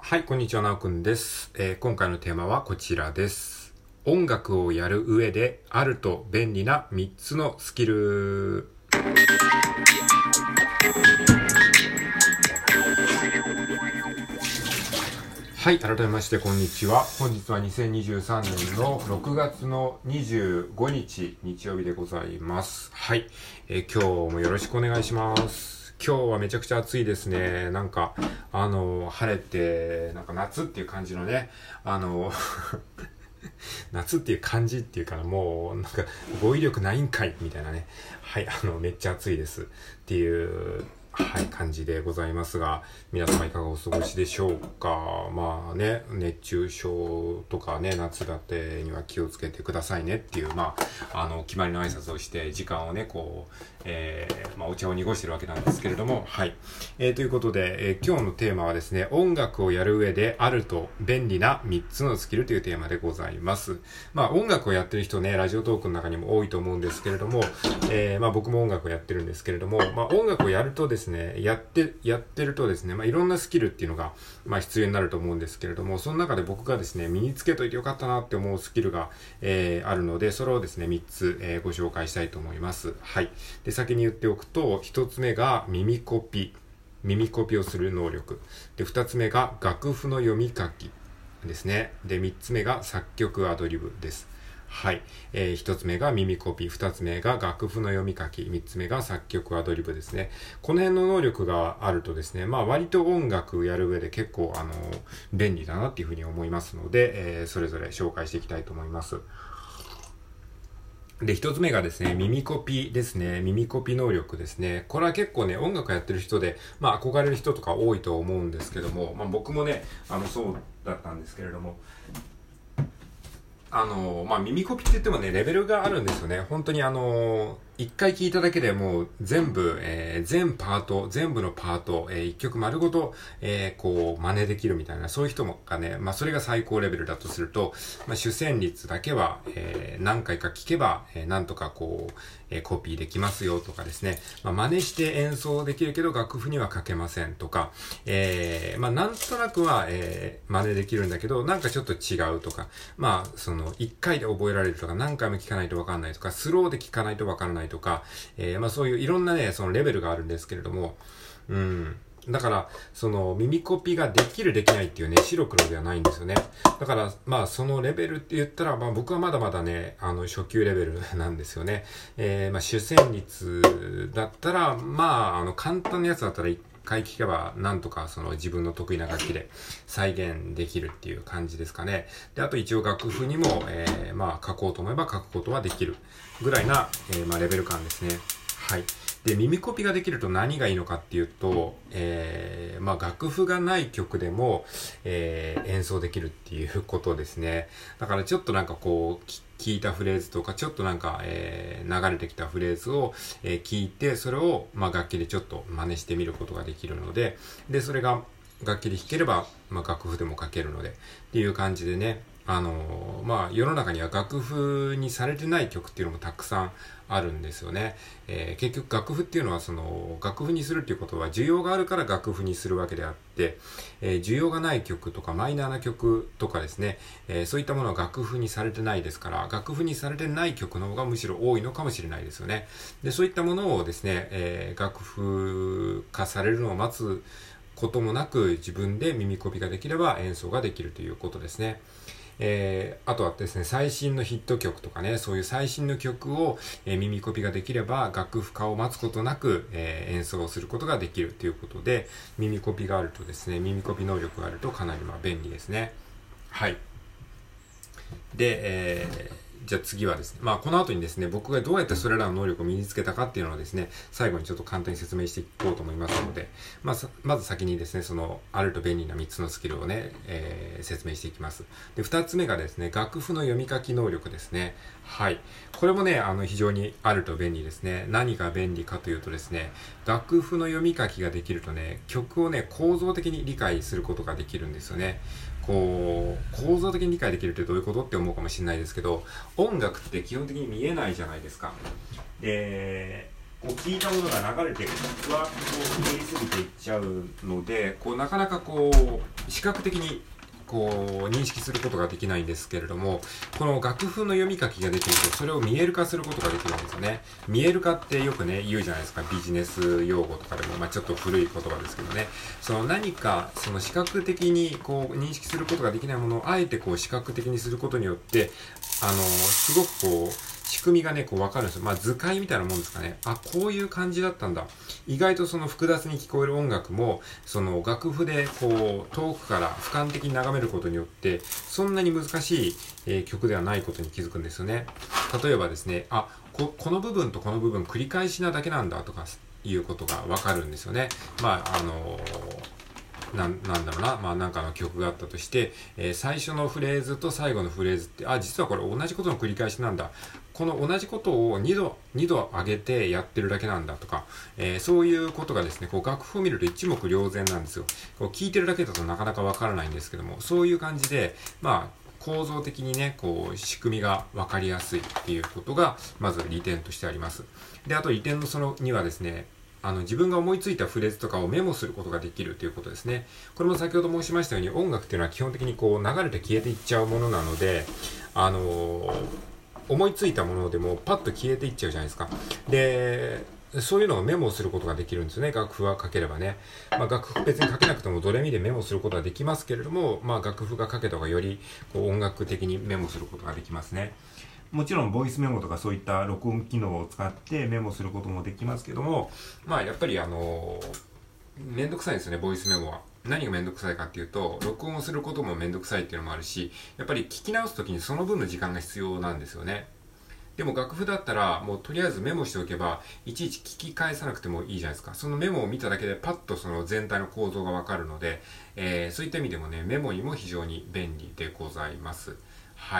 はい、こんにちは、なおくんです。今回のテーマはこちらです。音楽をやる上であると便利な3つのスキル。はい、改めましてこんにちは。本日は2023年の6月の25日、日曜日でございます。はい、今日もよろしくお願いします。今日はめちゃくちゃ暑いですね。なんか、晴れて、なんか夏っていう感じのね、夏っていう感じっていうかな、もう、なんか、語彙力ないんかいみたいなね。はい、めっちゃ暑いですっていう、はい、感じでございますが、皆様いかがお過ごしでしょうか。まあね、熱中症とかね、夏バテには気をつけてくださいねっていう、決まりの挨拶をして、時間をね、お茶を濁してるわけなんですけれども、はい。ということで、今日のテーマはですね、音楽をやる上であると便利な3つのスキルというテーマでございます。音楽をやってる人ね、ラジオトークの中にも多いと思うんですけれども、僕も音楽をやってるんですけれども、音楽をやるとですね、やってるとですね、いろんなスキルっていうのが、必要になると思うんですけれども、その中で僕がですね、身につけといてよかったなって思うスキルが、あるので、それをですね、3つ、ご紹介したいと思います。はい。で、先に言っておくと、1つ目が耳コピをする能力。で、2つ目が楽譜の読み書きですね。で、3つ目が作曲アドリブです。はい。1つ目が耳コピ、2つ目が楽譜の読み書き、3つ目が作曲アドリブですね。この辺の能力があるとですね、割と音楽やる上で結構便利だなっていうふうに思いますので、それぞれ紹介していきたいと思います。で、一つ目がですね、耳コピですね。耳コピ能力ですね。これは結構ね、音楽やってる人で、憧れる人とか多いと思うんですけども、僕もね、そうだったんですけれども、耳コピって言ってもね、レベルがあるんですよね。本当に一回聞いただけでもう全部、全部のパート、一曲丸ごと、真似できるみたいな、そういう人もがね、それが最高レベルだとすると、主旋律だけは、何回か聞けば、なんとかコピーできますよとかですね、真似して演奏できるけど楽譜には書けませんとか、なんとなくは、真似できるんだけど、なんかちょっと違うとか、一回で覚えられるとか、何回も聞かないとわかんないとか、スローで聞かないとわからないとか、そういういろんなね、そのレベルがあるんですけれども、だから、その耳コピができるできないっていうね、白黒ではないんですよね。だから、そのレベルって言ったら、僕はまだまだね、初級レベルなんですよね。主旋律だったら、簡単なやつだったら一回聞けば、なんとかその自分の得意な楽器で再現できるっていう感じですかね。で、あと一応楽譜にも、書こうと思えば書くことはできるぐらいな、レベル感ですね。はい。で、耳コピができると何がいいのかっていうと、楽譜がない曲でも、演奏できるっていうことですね。だからちょっとなんか聞いたフレーズとか、ちょっとなんか、流れてきたフレーズを、聞いて、それを、楽器でちょっと真似してみることができるので、で、それが楽器で弾ければ、楽譜でも書けるので、っていう感じでね、世の中には楽譜にされてない曲っていうのもたくさんあるんですよね。結局楽譜っていうのは楽譜にするっていうことは需要があるから楽譜にするわけであって、需要がない曲とかマイナーな曲とかですね、そういったものは楽譜にされてないですから、楽譜にされてない曲の方がむしろ多いのかもしれないですよね。で、そういったものをですね、楽譜化されるのを待つこともなく自分で耳コピができれば演奏ができるということですね。あとはですね、最新のヒット曲とかね、そういう最新の曲を、耳コピができれば楽譜化を待つことなく、演奏することができるということで、耳コピがあるとですね、耳コピ能力があるとかなり便利ですね。はい。で、じゃあ次はですね、この後にですね、僕がどうやってそれらの能力を身につけたかっていうのをですね、最後にちょっと簡単に説明していこうと思いますので、まず先にですね、その、あると便利な3つのスキルをね、説明していきます。で、2つ目がですね、楽譜の読み書き能力ですね。はい。これもね、非常にあると便利ですね。何が便利かというとですね、楽譜の読み書きができるとね、曲をね、構造的に理解することができるんですよね。構造的に理解できるってどういうことって思うかもしれないですけど、音楽って基本的に見えないじゃないですか。で、 こう聞いたものが流れてふわっとこう通り過ぎていっちゃうので、こうなかなかこう視覚的にこう認識することができないんですけれども、この楽譜の読み書きができるとそれを見える化することができるんですよね。見える化ってよくね言うじゃないですか。ビジネス用語とかでも、ちょっと古い言葉ですけどね、その何かその視覚的にこう認識することができないものをあえてこう視覚的にすることによってすごくこう仕組みがね、こう分かるんですよ。図解みたいなもんですかね。こういう感じだったんだ。意外とその複雑に聞こえる音楽も、その楽譜でこう、遠くから俯瞰的に眺めることによって、そんなに難しい、曲ではないことに気づくんですよね。例えばですね、この部分とこの部分繰り返しなだけなんだとかいうことが分かるんですよね。なんだろうな、なんかの曲があったとして、最初のフレーズと最後のフレーズって、実はこれ同じことの繰り返しなんだ。この同じことを2度上げてやってるだけなんだとか、そういうことがですね、こう楽譜を見ると一目瞭然なんですよ。こう聞いてるだけだとなかなかわからないんですけども、そういう感じで、構造的にね、こう仕組みがわかりやすいっていうことが、まず利点としてあります。で、あと利点のその2はですね、自分が思いついたフレーズとかをメモすることができるということですね。これも先ほど申しましたように、音楽っていうのは基本的にこう流れて消えていっちゃうものなので、思いついたものでもパッと消えていっちゃうじゃないですか。で、そういうのをメモすることができるんですよね。楽譜は書ければね。楽譜別に書けなくてもドレミでメモすることはできますけれども、楽譜が書けた方がよりこう音楽的にメモすることができますね。もちろんボイスメモとかそういった録音機能を使ってメモすることもできますけども、やっぱりめんどくさいんですよね、ボイスメモは。何がめんどくさいかっていうと、録音をすることもめんどくさいっていうのもあるし、やっぱり聞き直すときにその分の時間が必要なんですよね。でも楽譜だったら、もうとりあえずメモしておけば、いちいち聞き返さなくてもいいじゃないですか。そのメモを見ただけでパッとその全体の構造がわかるので、そういった意味でもね、メモにも非常に便利でございます。はい。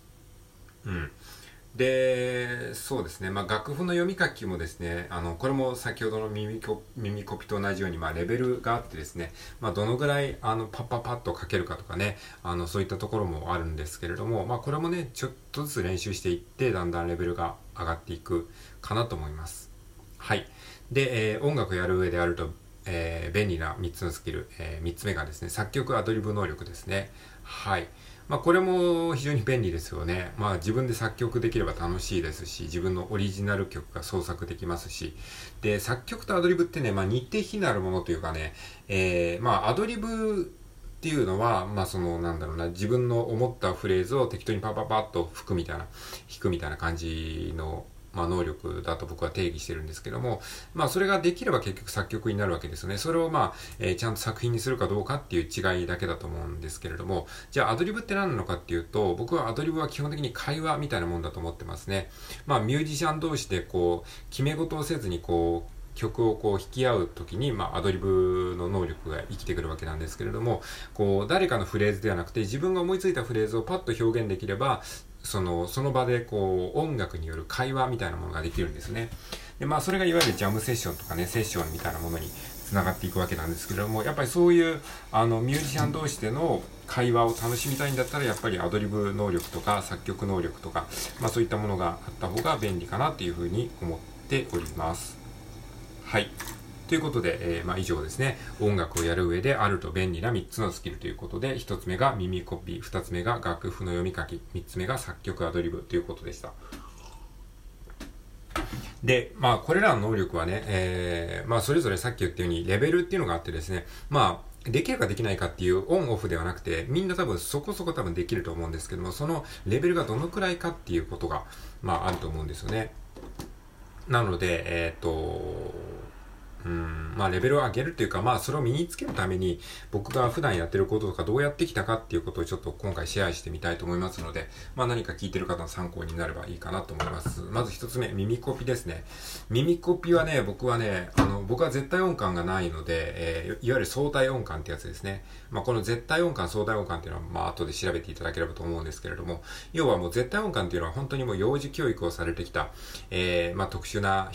で、そうですね。楽譜の読み書きもですね、これも先ほどの耳コピと同じように、レベルがあってですね、どのぐらい、パッと書けるかとかね、そういったところもあるんですけれども、これもね、ちょっとずつ練習していって、だんだんレベルが上がっていくかなと思います。はい。で、音楽をやる上であると、便利な3つのスキル、3つ目がですね、作曲アドリブ能力ですね。はい。これも非常に便利ですよね。自分で作曲できれば楽しいですし、自分のオリジナル曲が創作できますし、で、作曲とアドリブってね、似て非なるものというかね、アドリブっていうのは、自分の思ったフレーズを適当にパッと弾くみたいな感じの、能力だと僕は定義してるんですけども、それができれば結局作曲になるわけですよね。それをちゃんと作品にするかどうかっていう違いだけだと思うんですけれども、じゃあアドリブって何なのかっていうと、僕はアドリブは基本的に会話みたいなもんだと思ってますね。ミュージシャン同士でこう、決め事をせずにこう、曲をこう弾き合うときに、アドリブの能力が生きてくるわけなんですけれども、こう、誰かのフレーズではなくて、自分が思いついたフレーズをパッと表現できれば、その場でこう、音楽による会話みたいなものができるんですね。で、それがいわゆるジャムセッションとかね、セッションみたいなものに繋がっていくわけなんですけれども、やっぱりそういう、ミュージシャン同士での会話を楽しみたいんだったら、やっぱりアドリブ能力とか作曲能力とか、そういったものがあった方が便利かなっていうふうに思っております。はい。ということで、以上ですね。音楽をやる上であると便利な3つのスキルということで、1つ目が耳コピー、2つ目が楽譜の読み書き、3つ目が作曲アドリブということでした。で、これらの能力はね、それぞれさっき言ったようにレベルっていうのがあってですね、できるかできないかっていうオンオフではなくて、みんな多分そこそこ多分できると思うんですけども、そのレベルがどのくらいかっていうことが、あると思うんですよね。なので、レベルを上げるっていうか、それを身につけるために、僕が普段やってることとかどうやってきたかっていうことをちょっと今回シェアしてみたいと思いますので、何か聞いてる方の参考になればいいかなと思います。まず一つ目、耳コピですね。耳コピはね、僕は絶対音感がないので、いわゆる相対音感ってやつですね。この絶対音感、相対音感っていうのは、後で調べていただければと思うんですけれども、要はもう絶対音感っていうのは本当にもう幼児教育をされてきた、特殊な人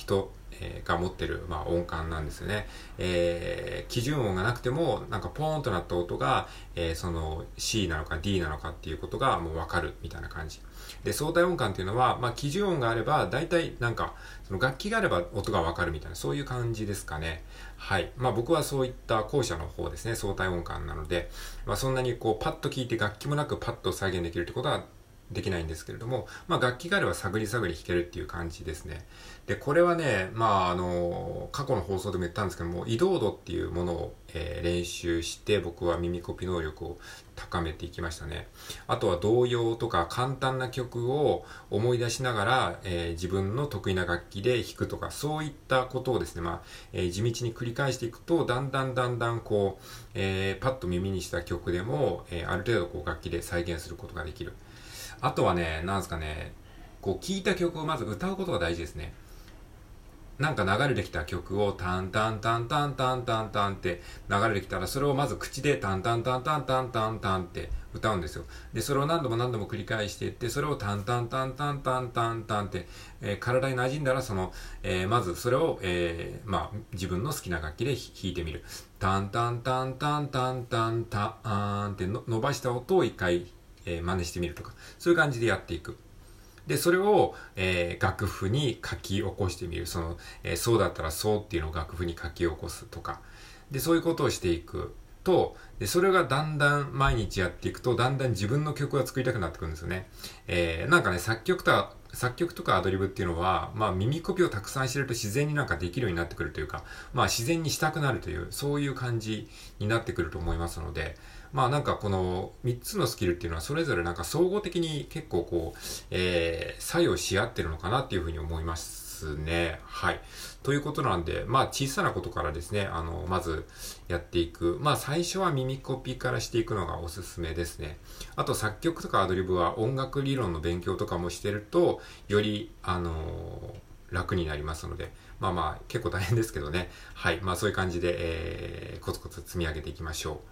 が持ってる、音感なんですよね。基準音がなくても、なんかポーンとなった音が、その C なのか D なのかっていうことがもうわかるみたいな感じ。で、相対音感っていうのは、基準音があれば、大体なんか、その楽器があれば音がわかるみたいな、そういう感じですかね。はい。僕はそういった後者の方ですね、相対音感なので、そんなにこう、パッと聞いて楽器もなくパッと再現できるってことはできないんですけれども、楽器があれば探り探り弾けるっていう感じですね。で、これはね、過去の放送でも言ったんですけども、移動度っていうものを、練習して、僕は耳コピ能力を高めていきましたね。あとは童謡とか簡単な曲を思い出しながら、自分の得意な楽器で弾くとか、そういったことをですね、地道に繰り返していくと、だんだんこう、パッと耳にした曲でも、ある程度こう楽器で再現することができる。あとはね、なんですかね、こう聴いた曲をまず歌うことが大事ですね。なんか流れてきた曲をタンタンタンタンタンタンタンって流れてきたら、それをまず口でタンタンタンタンタンタンタンって歌うんですよ。で、それを何度も何度も繰り返していって、それをタンタンタンタンタンタンタンって、体に馴染んだら、まずそれを、自分の好きな楽器で弾いてみる。タンタンタンタンタンタンターンって伸ばした音を一回、真似してみるとか、そういう感じでやっていく。で、それを、楽譜に書き起こしてみる。そうだったらそうっていうのを楽譜に書き起こすとか。で、そういうことをしていくと、で、それがだんだん毎日やっていくと、だんだん自分の曲が作りたくなってくるんですよね。なんかね、作曲とかアドリブっていうのは、耳コピをたくさんしてると自然になんかできるようになってくるというか、自然にしたくなるという、そういう感じになってくると思いますので、なんかこの3つのスキルっていうのはそれぞれなんか総合的に結構こう、作用し合ってるのかなっていうふうに思いますね。はい。ということなんで、小さなことからですね、まずやっていく。最初は耳コピからしていくのがおすすめですね。あと作曲とかアドリブは音楽理論の勉強とかもしてると、より、楽になりますので、結構大変ですけどね。はい。そういう感じで、コツコツ積み上げていきましょう。